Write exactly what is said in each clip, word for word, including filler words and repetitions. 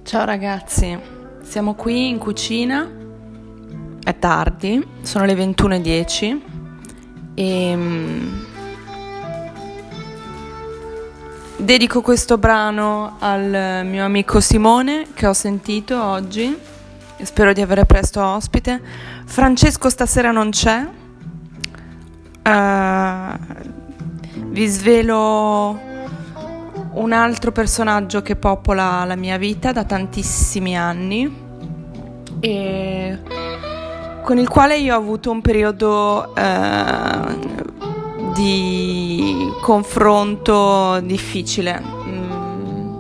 Ciao ragazzi, siamo qui in cucina, è tardi, sono le ventuno e dieci e mm, dedico questo brano al mio amico Simone che ho sentito oggi e spero di avere presto ospite. Francesco stasera non c'è, uh, vi svelo un altro personaggio che popola la mia vita da tantissimi anni e con il quale io ho avuto un periodo eh, di confronto difficile mm.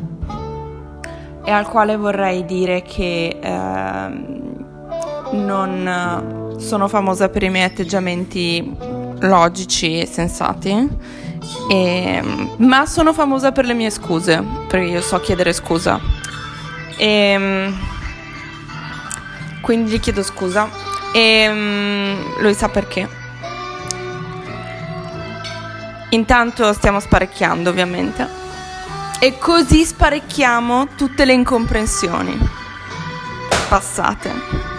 e al quale vorrei dire che eh, non sono famosa per i miei atteggiamenti logici e sensati. E, ma sono famosa per le mie scuse, perché io so chiedere scusa e quindi gli chiedo scusa e lui sa perché. Intanto stiamo sparecchiando, ovviamente, e così sparecchiamo tutte le incomprensioni passate.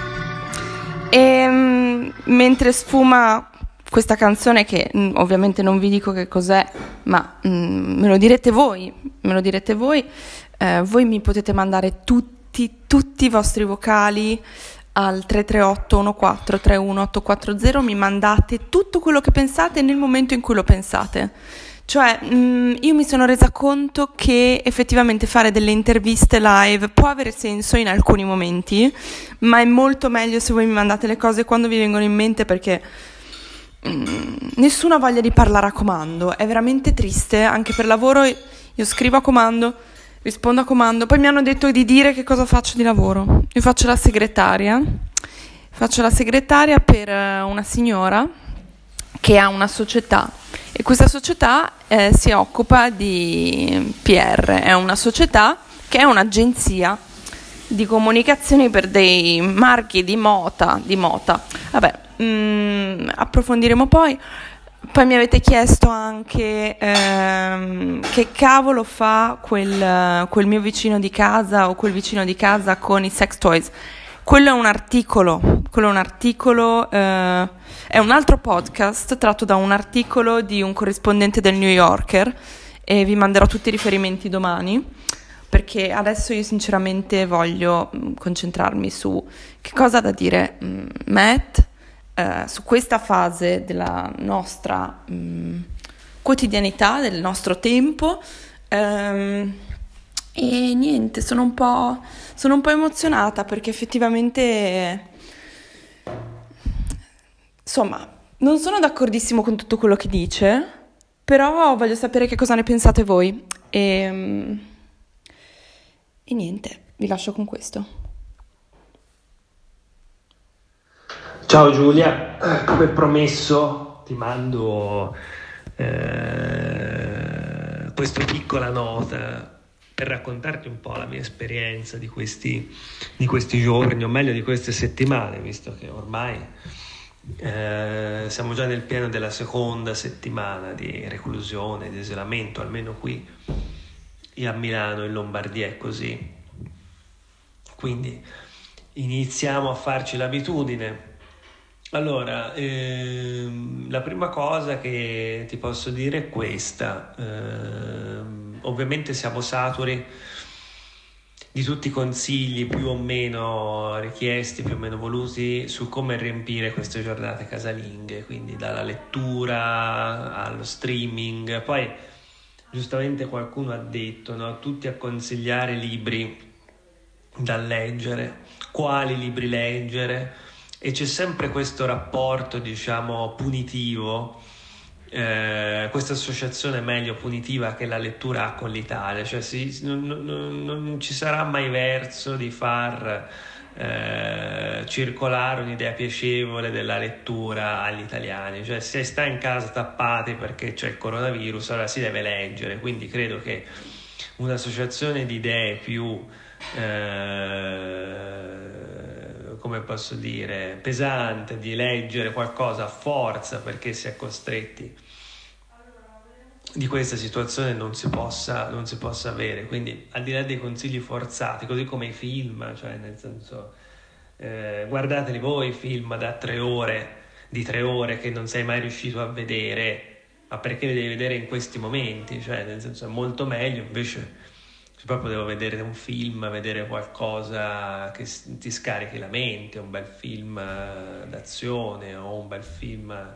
E mentre sfuma questa canzone che mh, ovviamente non vi dico che cos'è, ma mh, me lo direte voi, me lo direte voi, eh, voi mi potete mandare tutti, tutti i vostri vocali al tre tre otto uno quattro tre uno otto quattro zero, mi mandate tutto quello che pensate nel momento in cui lo pensate. Cioè, mh, io mi sono resa conto che effettivamente fare delle interviste live può avere senso in alcuni momenti, ma è molto meglio se voi mi mandate le cose quando vi vengono in mente, perché nessuno ha voglia di parlare a comando, è veramente triste. Anche per lavoro io scrivo a comando, rispondo a comando, poi mi hanno detto di dire che cosa faccio di lavoro. Io faccio la segretaria faccio la segretaria per una signora che ha una società e questa società eh, si occupa di P R, è una società che è un'agenzia di comunicazioni per dei marchi di mota, di mota. Vabbè, Mm, approfondiremo poi. Poi mi avete chiesto anche ehm, che cavolo fa quel, quel mio vicino di casa o quel vicino di casa con i sex toys. Quello è un articolo, quello è un articolo, eh, è un altro podcast tratto da un articolo di un corrispondente del New Yorker e vi manderò tutti i riferimenti domani, perché adesso io sinceramente voglio mh, concentrarmi su che cosa ha da dire mh, Matt Uh, su questa fase della nostra um, quotidianità, del nostro tempo, um, e niente, sono un po' sono un po' emozionata perché effettivamente, insomma, non sono d'accordissimo con tutto quello che dice, però voglio sapere che cosa ne pensate voi e, um, e niente, vi lascio con questo. Ciao Giulia, come promesso ti mando eh, questa piccola nota per raccontarti un po' la mia esperienza di questi, di questi giorni, o meglio di queste settimane, visto che ormai eh, siamo già nel pieno della seconda settimana di reclusione, di isolamento, almeno qui a Milano, in Lombardia è così. Quindi iniziamo a farci l'abitudine. Allora, ehm, la prima cosa che ti posso dire è questa. Ehm, ovviamente siamo saturi di tutti i consigli più o meno richiesti, più o meno voluti su come riempire queste giornate casalinghe, quindi dalla lettura allo streaming. Poi giustamente qualcuno ha detto, no? Tutti a consigliare libri da leggere, quali libri leggere. E c'è sempre questo rapporto, diciamo, punitivo, eh, questa associazione meglio punitiva che la lettura ha con l'Italia, cioè si, non, non, non ci sarà mai verso di far eh, circolare un'idea piacevole della lettura agli italiani, cioè se sta in casa tappati perché c'è il coronavirus, allora si deve leggere, quindi credo che un'associazione di idee più eh, come posso dire, pesante, di leggere qualcosa a forza perché si è costretti di questa situazione non si possa, non si possa avere. Quindi al di là dei consigli forzati, così come i film, cioè nel senso eh, guardateli voi i film da tre ore, di tre ore che non sei mai riuscito a vedere, ma perché li devi vedere in questi momenti? Cioè nel senso è molto meglio invece se proprio devo vedere un film, vedere qualcosa che ti scarichi la mente, un bel film d'azione o un bel film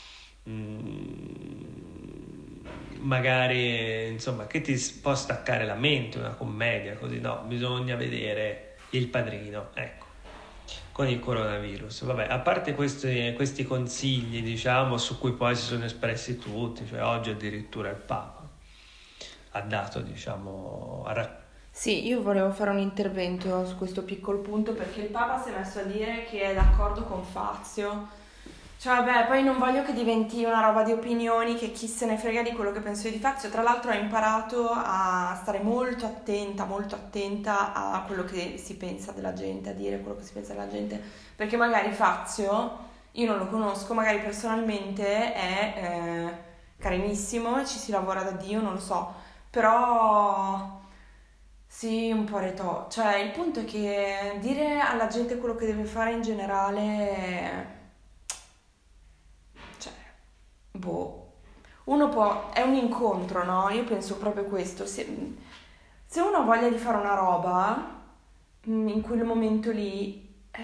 magari insomma che ti può staccare la mente, una commedia, così no, bisogna vedere Il Padrino, ecco, con il coronavirus. Vabbè, a parte questi, questi consigli, diciamo, su cui poi si sono espressi tutti, cioè oggi addirittura il Papa ha dato, diciamo, a rac- Sì, io volevo fare un intervento su questo piccolo punto perché il Papa si è messo a dire che è d'accordo con Fazio. Cioè, vabbè, poi non voglio che diventi una roba di opinioni, che chi se ne frega di quello che penso io di Fazio. Tra l'altro ha imparato a stare molto attenta, molto attenta a quello che si pensa della gente, a dire quello che si pensa della gente, perché magari Fazio, io non lo conosco, magari personalmente è eh, carinissimo e ci si lavora da Dio, non lo so, però sì, un po' retò. Cioè, il punto è che dire alla gente quello che deve fare in generale... Boh, uno può, è un incontro, no? Io penso proprio questo, se, se uno ha voglia di fare una roba, in quel momento lì, eh,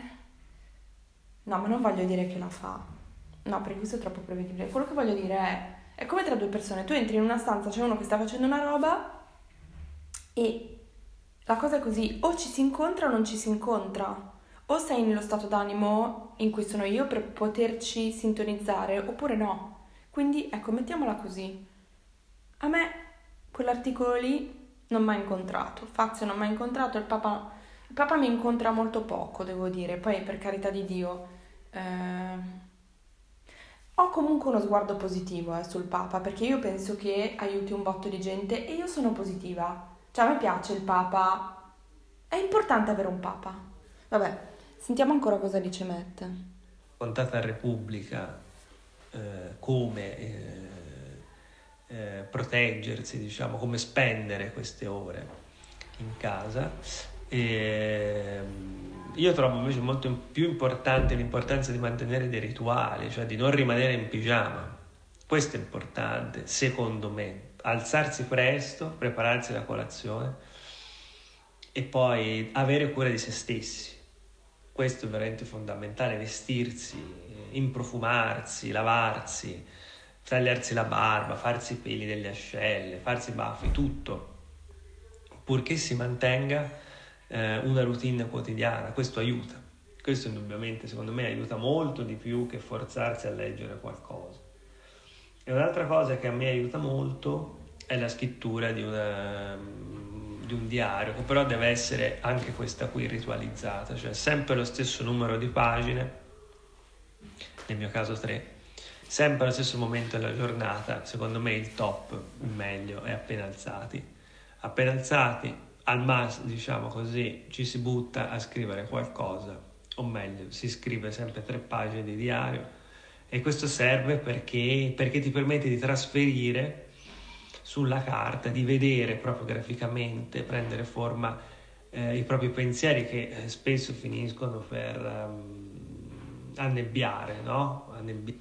no, ma non voglio dire che la fa, no, perché questo è troppo prevedibile, quello che voglio dire è, è come tra due persone, tu entri in una stanza, c'è uno che sta facendo una roba e la cosa è così, o ci si incontra o non ci si incontra. O sei nello stato d'animo in cui sono io per poterci sintonizzare, oppure no. Quindi, ecco, mettiamola così. A me quell'articolo lì non mi ha incontrato, Fazio non mi ha incontrato, il Papa, il Papa mi incontra molto poco, devo dire. Poi, per carità di Dio, eh, ho comunque uno sguardo positivo eh, sul Papa, perché io penso che aiuti un botto di gente e io sono positiva. Cioè, a me piace il Papa. È importante avere un Papa. Vabbè. Sentiamo ancora cosa dice Matt. Contata a Repubblica eh, come eh, eh, proteggersi, diciamo, come spendere queste ore in casa. E, io trovo invece molto più importante l'importanza di mantenere dei rituali, cioè di non rimanere in pigiama. Questo è importante, secondo me. Alzarsi presto, prepararsi la colazione e poi avere cura di se stessi. Questo è veramente fondamentale, vestirsi, improfumarsi, lavarsi, tagliarsi la barba, farsi i peli delle ascelle, farsi i baffi, tutto, purché si mantenga eh, una routine quotidiana. Questo aiuta, questo indubbiamente secondo me aiuta molto di più che forzarsi a leggere qualcosa. E un'altra cosa che a me aiuta molto è la scrittura di una... di un diario, che però deve essere anche questa qui ritualizzata, cioè sempre lo stesso numero di pagine, nel mio caso tre, sempre allo stesso momento della giornata. Secondo me il top, il meglio è appena alzati, appena alzati al massimo, diciamo così, ci si butta a scrivere qualcosa, o meglio si scrive sempre tre pagine di diario, e questo serve perché, perché ti permette di trasferire sulla carta, di vedere proprio graficamente, prendere forma eh, i propri pensieri che eh, spesso finiscono per um, annebbiare, no? Annebbi-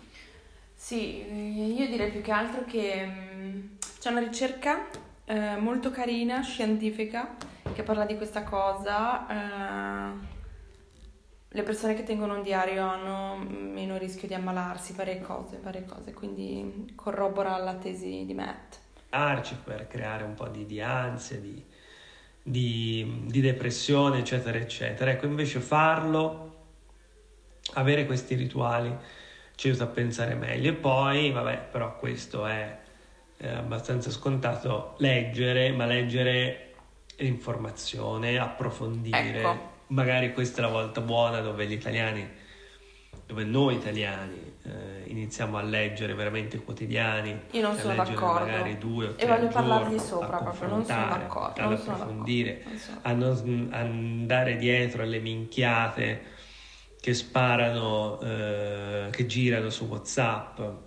Sì, io direi più che altro che mh, c'è una ricerca eh, molto carina, scientifica, che parla di questa cosa. Eh, le persone che tengono un diario hanno meno rischio di ammalarsi, varie cose, varie cose, quindi corrobora la tesi di Matt. per creare un po' di, di ansia, di, di, di depressione, eccetera, eccetera. Ecco, invece farlo, avere questi rituali, ci aiuta a pensare meglio. E poi, vabbè, però questo è eh, abbastanza scontato, leggere, ma leggere l'informazione, approfondire. Ecco. Magari questa è la volta buona dove gli italiani, dove noi italiani eh, iniziamo a leggere veramente i quotidiani. Io non sono d'accordo Magari due o tre e voglio al parlargli giorno, sopra, proprio non sono d'accordo, ad non sono approfondire, d'accordo, non sono. a non andare dietro alle minchiate che sparano, eh, che girano su WhatsApp,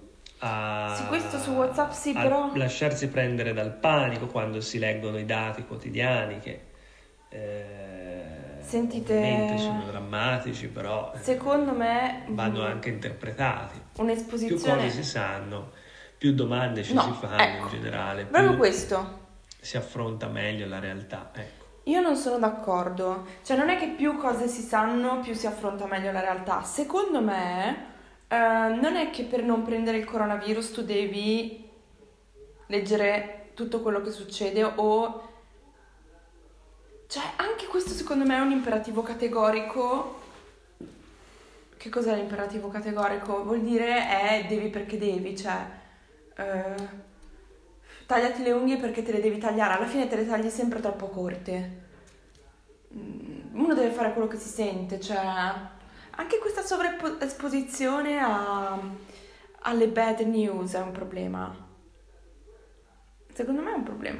a, Su questo su WhatsApp sì, a però lasciarsi prendere dal panico quando si leggono i dati quotidiani che eh, sentite, ovviamente sono drammatici, però eh, secondo me vanno anche interpretati. Più un'esposizione cose si sanno, più domande ci no, si fanno ecco, in generale, proprio più questo. si affronta meglio la realtà. Ecco. Io non sono d'accordo, cioè non è che più cose si sanno, più si affronta meglio la realtà. Secondo me, eh, non è che per non prendere il coronavirus tu devi leggere tutto quello che succede o... Cioè, anche questo secondo me è un imperativo categorico. Che cos'è l'imperativo categorico? Vuol dire è devi perché devi, cioè... eh, tagliati le unghie perché te le devi tagliare, alla fine te le tagli sempre troppo corte. Uno deve fare quello che si sente, cioè anche questa sovraesposizione a, alle bad news è un problema. Secondo me è un problema.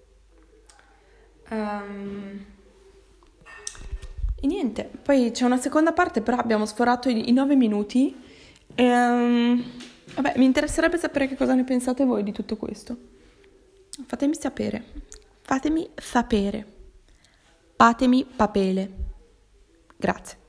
Um, e niente, poi c'è una seconda parte, però abbiamo sforato i, i nove minuti. E, um, vabbè, mi interesserebbe sapere che cosa ne pensate voi di tutto questo. Fatemi sapere, fatemi sapere, fatemi papele. Grazie.